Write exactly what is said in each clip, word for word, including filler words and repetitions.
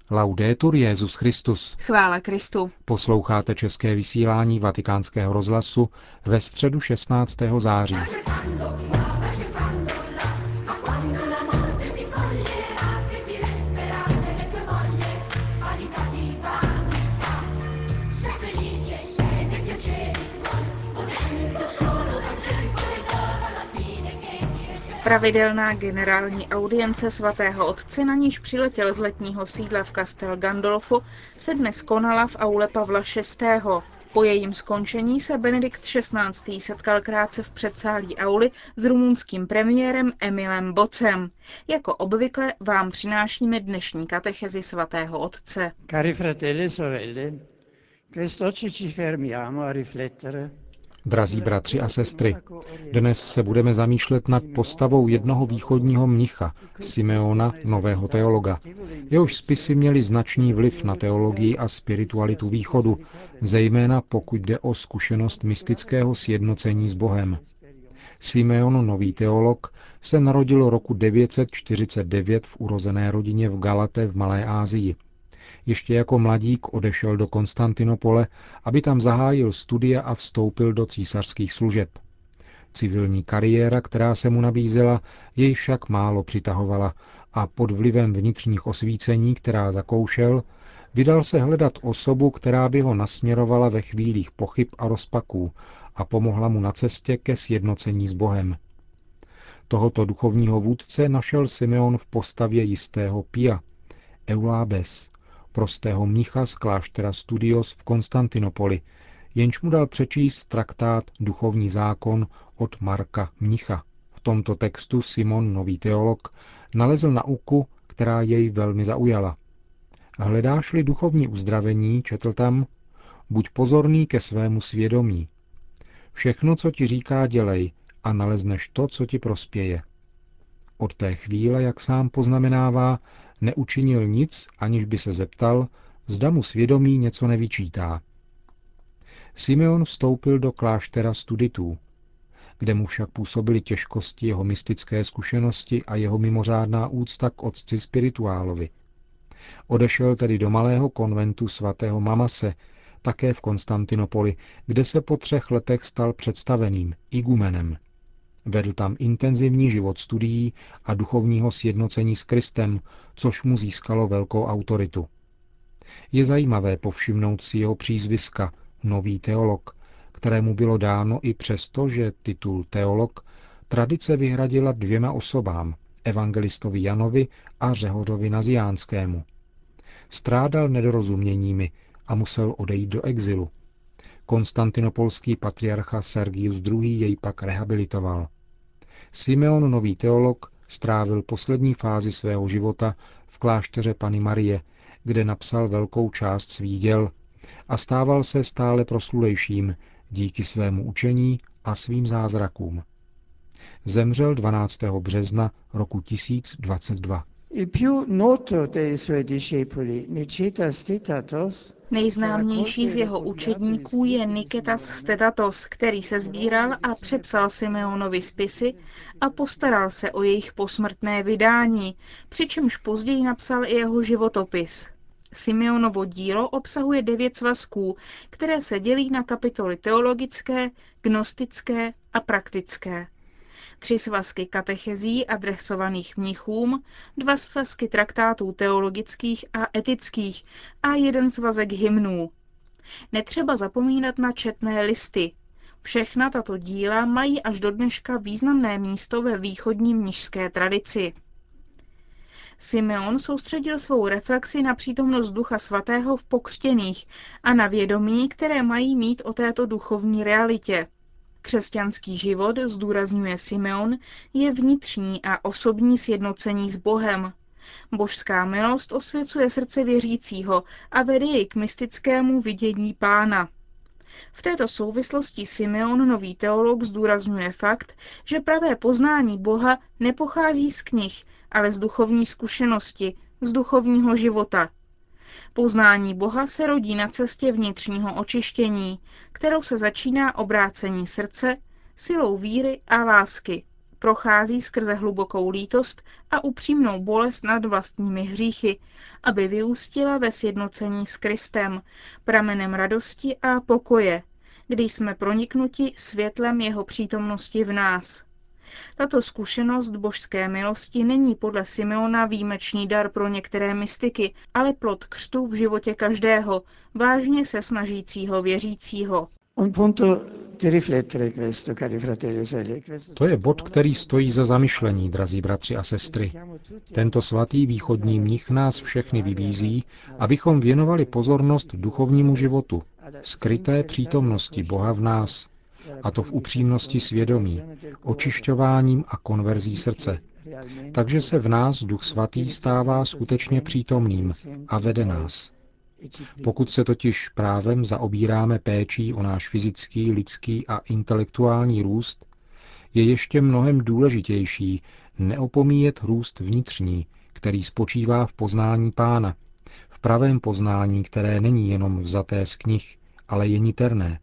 Laudetur Jesus Christus. Chvála Kristu. Posloucháte české vysílání Vatikánského rozhlasu ve středu šestnáctého září. Pravidelná generální audience svatého otce, na níž přiletěl z letního sídla v Castel Gandolfo, se dnes konala v aule Pavla šestého. Po jejím skončení se Benedikt šestnáctý setkal krátce v předsálí auly s rumunským premiérem Emilem Bocem. Jako obvykle vám přinášíme dnešní katechezi svatého otce. Cari fratelli e sorelle, quest'oggi ci fermiamo a riflettere. Drazí bratři a sestry, dnes se budeme zamýšlet nad postavou jednoho východního mnicha, Simeona, nového teologa. Jehož spisy měly značný vliv na teologii a spiritualitu východu, zejména pokud jde o zkušenost mystického sjednocení s Bohem. Simeon, nový teolog, se narodil roku devět set čtyřicet devět v urozené rodině v Galate v Malé Asii. Ještě jako mladík odešel do Konstantinopole, aby tam zahájil studia a vstoupil do císařských služeb. Civilní kariéra, která se mu nabízela, jej však málo přitahovala a pod vlivem vnitřních osvícení, která zakoušel, vydal se hledat osobu, která by ho nasměrovala ve chvílích pochyb a rozpaků a pomohla mu na cestě ke sjednocení s Bohem. Tohoto duchovního vůdce našel Simeon v postavě jistého Pia, Eulábes, prostého mnicha z kláštera Studios v Konstantinopoli, jenž mu dal přečíst traktát Duchovní zákon od Marka mnicha. V tomto textu Simon, nový teolog, nalezl nauku, která jej velmi zaujala. Hledáš-li duchovní uzdravení, četl tam, buď pozorný ke svému svědomí. Všechno, co ti říká, dělej a nalezneš to, co ti prospěje. Od té chvíle, jak sám poznamenává, neučinil nic, aniž by se zeptal, zda mu svědomí něco nevyčítá. Simeon vstoupil do kláštera studitů, kde mu však působily těžkosti jeho mystické zkušenosti a jeho mimořádná úcta k otci spirituálovi. Odešel tedy do malého konventu svatého Mamase, také v Konstantinopoli, kde se po třech letech stal představeným, igumenem. Vedl tam intenzivní život studií a duchovního sjednocení s Kristem, což mu získalo velkou autoritu. Je zajímavé povšimnout si jeho přízviska, nový teolog, kterému bylo dáno i přesto, že titul teolog tradice vyhradila dvěma osobám, evangelistovi Janovi a Řehořovi Naziánskému. Strádal nedorozuměními a musel odejít do exilu. Konstantinopolský patriarcha Sergius druhý. Jej pak rehabilitoval. Simeon, nový teolog, strávil poslední fázi svého života v klášteře Panny Marie, kde napsal velkou část svých děl a stával se stále proslulejším díky svému učení a svým zázrakům. Zemřel dvanáctého března roku tisíc dvacet dva. Nejznámější z jeho učedníků je Niketas Stetatos, který se sbíral a přepsal Simeonovi spisy a postaral se o jejich posmrtné vydání, přičemž později napsal i jeho životopis. Simeonovo dílo obsahuje devět svazků, které se dělí na kapitoly teologické, gnostické a praktické. Tři svazky katechezí adresovaných mnichům, dva svazky traktátů teologických a etických a jeden svazek hymnů. Netřeba zapomínat na četné listy. Všechna tato díla mají až do dneška významné místo ve východní mnišské tradici. Simeon soustředil svou reflexi na přítomnost Ducha Svatého v pokřtěných a na vědomí, které mají mít o této duchovní realitě. Křesťanský život, zdůrazňuje Simeon, je vnitřní a osobní sjednocení s Bohem. Božská milost osvěcuje srdce věřícího a vede jej k mystickému vidění Pána. V této souvislosti Simeon, nový teolog, zdůrazňuje fakt, že pravé poznání Boha nepochází z knih, ale z duchovní zkušenosti, z duchovního života. Poznání Boha se rodí na cestě vnitřního očištění, kterou se začíná obrácení srdce, silou víry a lásky. Prochází skrze hlubokou lítost a upřímnou bolest nad vlastními hříchy, aby vyústila ve sjednocení s Kristem, pramenem radosti a pokoje, kdy jsme proniknuti světlem jeho přítomnosti v nás. Tato zkušenost božské milosti není podle Simeona výjimečný dar pro některé mystiky, ale plod křtu v životě každého, vážně se snažícího věřícího. To je bod, který stojí za zamyšlení, drazí bratři a sestry. Tento svatý východní mnich nás všechny vybízí, abychom věnovali pozornost duchovnímu životu, skryté přítomnosti Boha v nás, a to v upřímnosti svědomí, očišťováním a konverzí srdce. Takže se v nás Duch Svatý stává skutečně přítomným a vede nás. Pokud se totiž právem zaobíráme péčí o náš fyzický, lidský a intelektuální růst, je ještě mnohem důležitější neopomíjet růst vnitřní, který spočívá v poznání Pána, v pravém poznání, které není jenom vzaté z knih, ale je niterné.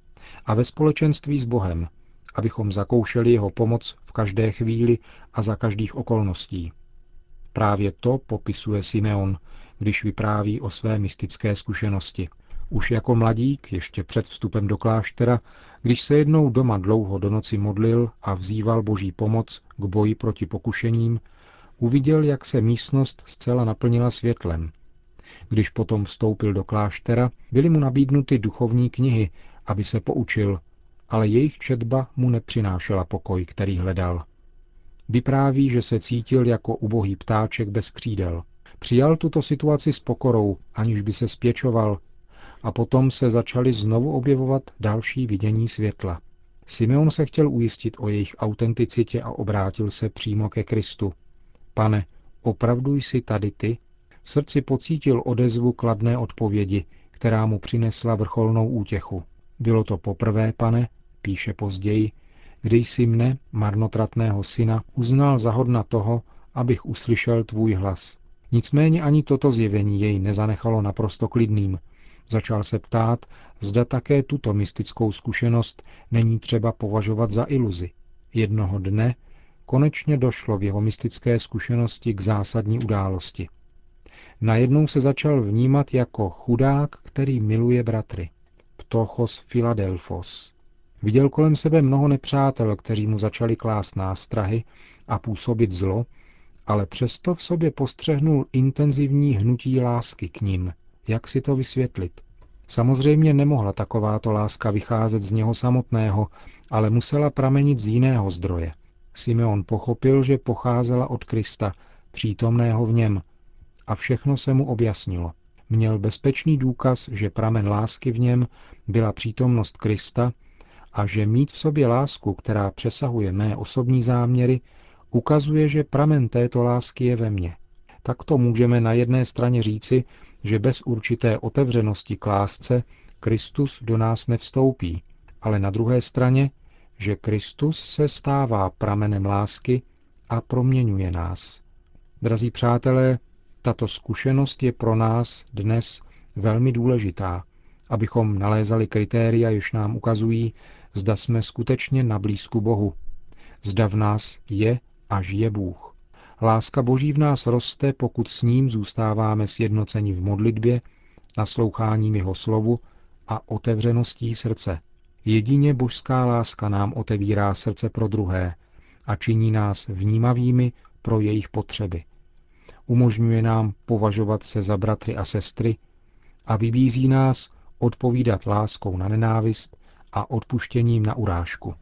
A ve společenství s Bohem, abychom zakoušeli jeho pomoc v každé chvíli a za každých okolností. Právě to popisuje Simeon, když vypráví o své mystické zkušenosti. Už jako mladík, ještě před vstupem do kláštera, když se jednou doma dlouho do noci modlil a vzýval Boží pomoc k boji proti pokušením, uviděl, jak se místnost zcela naplnila světlem. Když potom vstoupil do kláštera, byly mu nabídnuty duchovní knihy, aby se poučil, ale jejich četba mu nepřinášela pokoj, který hledal. Vypráví, že se cítil jako ubohý ptáček bez křídel. Přijal tuto situaci s pokorou, aniž by se spěčoval, a potom se začaly znovu objevovat další vidění světla. Simeon se chtěl ujistit o jejich autenticitě a obrátil se přímo ke Kristu. Pane, opravdu jsi tady ty? V srdci pocítil odezvu kladné odpovědi, která mu přinesla vrcholnou útěchu. Bylo to poprvé, Pane, píše později, kdy jsi mne, marnotratného syna, uznal za hodna toho, abych uslyšel tvůj hlas. Nicméně ani toto zjevení jej nezanechalo naprosto klidným. Začal se ptát, zda také tuto mystickou zkušenost není třeba považovat za iluzi. Jednoho dne konečně došlo v jeho mystické zkušenosti k zásadní události. Najednou se začal vnímat jako chudák, který miluje bratry. Ptochos Philadelphos. Viděl kolem sebe mnoho nepřátel, kteří mu začali klást nástrahy a působit zlo, ale přesto v sobě postřehnul intenzivní hnutí lásky k nim. Jak si to vysvětlit? Samozřejmě nemohla takováto láska vycházet z něho samotného, ale musela pramenit z jiného zdroje. Simeon pochopil, že pocházela od Krista, přítomného v něm, a všechno se mu objasnilo. Měl bezpečný důkaz, že pramen lásky v něm byla přítomnost Krista a že mít v sobě lásku, která přesahuje mé osobní záměry, ukazuje, že pramen této lásky je ve mně. Takto můžeme na jedné straně říci, že bez určité otevřenosti k lásce Kristus do nás nevstoupí, ale na druhé straně, že Kristus se stává pramenem lásky a proměňuje nás. Drazí přátelé, tato zkušenost je pro nás dnes velmi důležitá, abychom nalézali kritéria, jež nám ukazují, zda jsme skutečně na blízku Bohu, zda v nás je a žije Bůh. Láska Boží v nás roste, pokud s ním zůstáváme sjednoceni v modlitbě, nasloucháním jeho slovu a otevřeností srdce. Jedině božská láska nám otevírá srdce pro druhé a činí nás vnímavými pro jejich potřeby. Umožňuje nám považovat se za bratry a sestry a vybízí nás odpovídat láskou na nenávist a odpuštěním na urážku.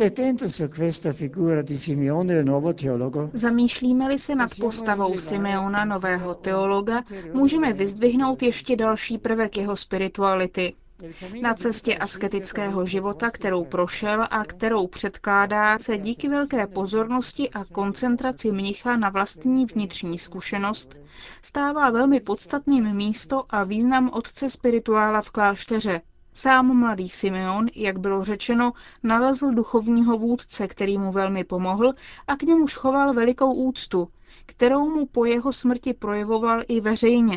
Zamýšlíme-li se nad postavou Simeona, nového teologa, můžeme vyzdvihnout ještě další prvek jeho spirituality. Na cestě asketického života, kterou prošel a kterou předkládá, se díky velké pozornosti a koncentraci mnicha na vlastní vnitřní zkušenost stává velmi podstatným místo a význam otce spirituála v klášteře. Sám mladý Simeon, jak bylo řečeno, nalezl duchovního vůdce, který mu velmi pomohl a k němuž choval velikou úctu, kterou mu po jeho smrti projevoval i veřejně.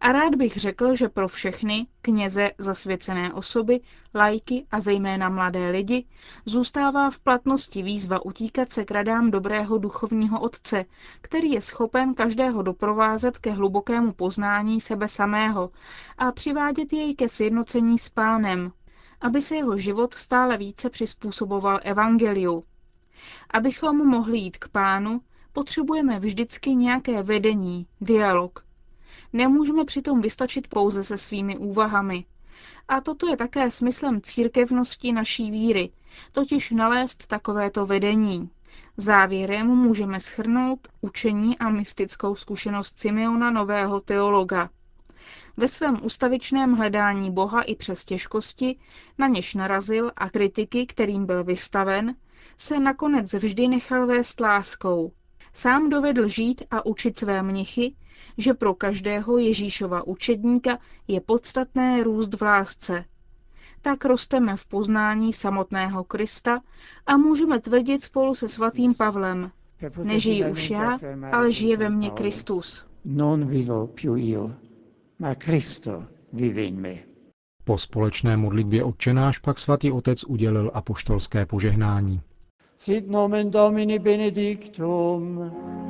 A rád bych řekl, že pro všechny, kněze, zasvěcené osoby, laiky a zejména mladé lidi, zůstává v platnosti výzva utíkat se k radám dobrého duchovního otce, který je schopen každého doprovázet ke hlubokému poznání sebe samého a přivádět jej ke sjednocení s Pánem, aby se jeho život stále více přizpůsoboval evangeliu. Abychom mohli jít k Pánu, potřebujeme vždycky nějaké vedení, dialog. Nemůžeme přitom vystačit pouze se svými úvahami. A toto je také smyslem církevnosti naší víry, totiž nalézt takovéto vedení. Závěrem můžeme shrnout učení a mystickou zkušenost Simeona, nového teologa. Ve svém ustavičném hledání Boha i přes těžkosti, na něž narazil a kritiky, kterým byl vystaven, se nakonec vždy nechal vést láskou. Sám dovedl žít a učit své mnichy, že pro každého Ježíšova učedníka je podstatné růst v lásce. Tak rosteme v poznání samotného Krista a můžeme tvrdit spolu se svatým Pavlem: nežiji už já, ale žije ve mně Kristus. Non vivo più io, ma Cristo vive in me. Po společné modlitbě Otčenáš pak svatý otec udělil apoštolské požehnání. Sit nomen Domini benedictum.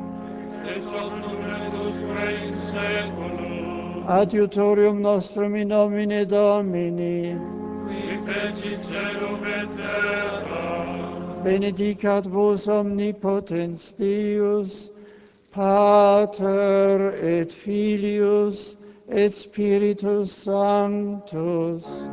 Adiutorium nostrum in nomine Domini. Benedicat vos omnipotens Deus, Pater et Filius et Spiritus Sanctus.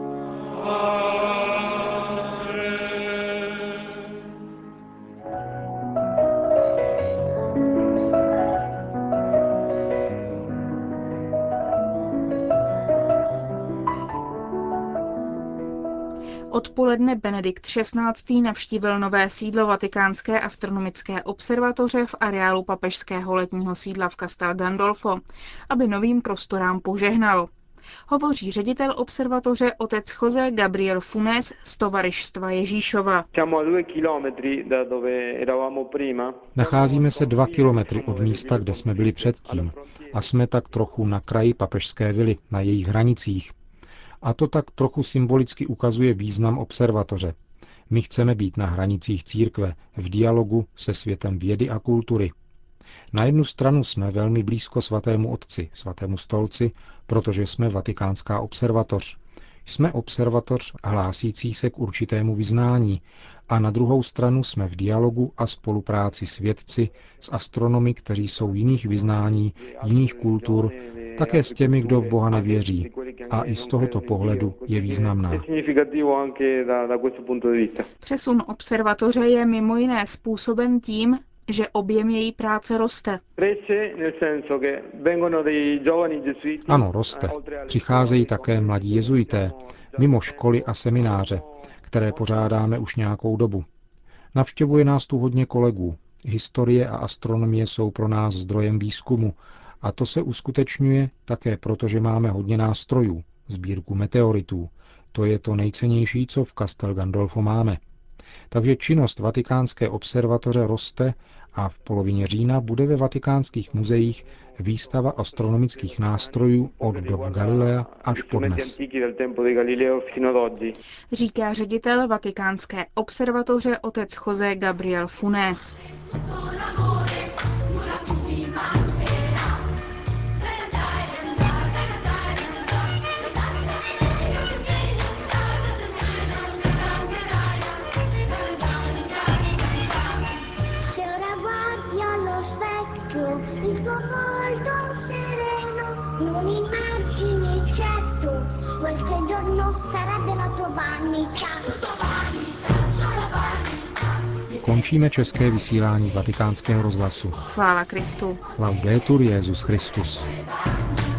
Odpoledne Benedikt šestnáctý navštívil nové sídlo Vatikánské astronomické observatoře v areálu papežského letního sídla v Castel Gandolfo, aby novým prostorám požehnal. Hovoří ředitel observatoře otec José Gabriel Funes z Tovarištva Ježíšova. Nacházíme se dva kilometry od místa, kde jsme byli předtím, a jsme tak trochu na kraji papežské vily, na jejich hranicích. A to tak trochu symbolicky ukazuje význam observatoře. My chceme být na hranicích církve, v dialogu se světem vědy a kultury. Na jednu stranu jsme velmi blízko svatému otci, svatému stolci, protože jsme Vatikánská observatoř. Jsme observatoř hlásící se k určitému vyznání a na druhou stranu jsme v dialogu a spolupráci s vědci, s astronomy, kteří jsou jiných vyznání, jiných kultur, také s těmi, kdo v Boha nevěří. A i z tohoto pohledu je významná. Přesun observatoře je mimo jiné způsoben tím, že objem její práce roste. Ano, roste. Přicházejí také mladí jezuité, mimo školy a semináře, které pořádáme už nějakou dobu. Navštěvuje nás tu hodně kolegů. Historie a astronomie jsou pro nás zdrojem výzkumu a to se uskutečňuje také proto, že máme hodně nástrojů, sbírku meteoritů. To je to nejcennější, co v Castel Gandolfo máme. Takže činnost Vatikánské observatoře roste a v polovině října bude ve vatikánských muzeích výstava astronomických nástrojů od dob Galilea až po dnes. Říká ředitel Vatikánské observatoře otec José Gabriel Funes. Končíme české vysílání Vatikánského rozhlasu. Chvála Kristu. Laudetur Jesus Christus.